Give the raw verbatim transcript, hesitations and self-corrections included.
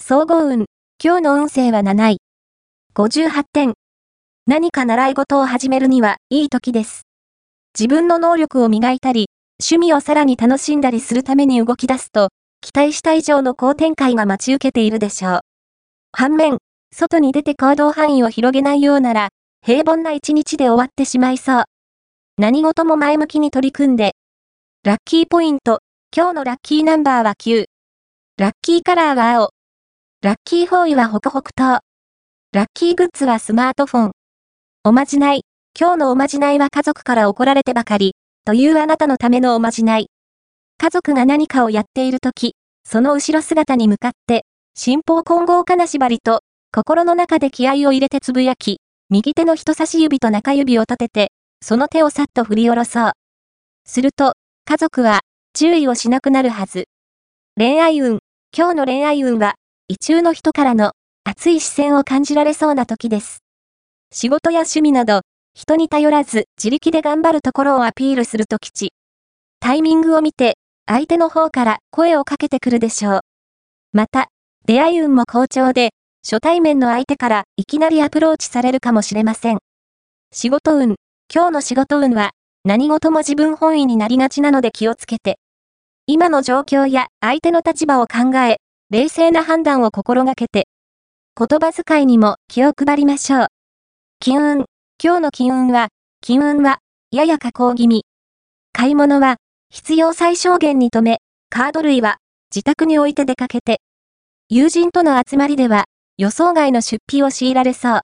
総合運。今日の運勢はなない。ごじゅうはってん。何か習い事を始めるにはいい時です。自分の能力を磨いたり、趣味をさらに楽しんだりするために動き出すと、期待した以上の好展開が待ち受けているでしょう。反面、外に出て行動範囲を広げないようなら、平凡な一日で終わってしまいそう。何事も前向きに取り組んで。ラッキーポイント。今日のラッキーナンバーはきゅう。ラッキーカラーは青。ラッキーフォーイはホクホク糖。ラッキーグッズはスマートフォン。おまじない。今日のおまじないは家族から怒られてばかり、というあなたのためのおまじない。家族が何かをやっているとき、その後ろ姿に向かって、新抱混合金縛りと、心の中で気合を入れてつぶやき、右手の人差し指と中指を立てて、その手をさっと振り下ろそう。すると、家族は、注意をしなくなるはず。恋愛運。今日の恋愛運は、意中の人からの、熱い視線を感じられそうな時です。仕事や趣味など、人に頼らず自力で頑張るところをアピールすると吉。タイミングを見て、相手の方から声をかけてくるでしょう。また、出会い運も好調で、初対面の相手からいきなりアプローチされるかもしれません。仕事運。今日の仕事運は、何事も自分本位になりがちなので気をつけて。今の状況や相手の立場を考え、冷静な判断を心がけて。言葉遣いにも気を配りましょう。金運。今日の金運は、金運は、やや下降気味。買い物は、必要最小限に止め、カード類は、自宅に置いて出かけて。友人との集まりでは、予想外の出費を強いられそう。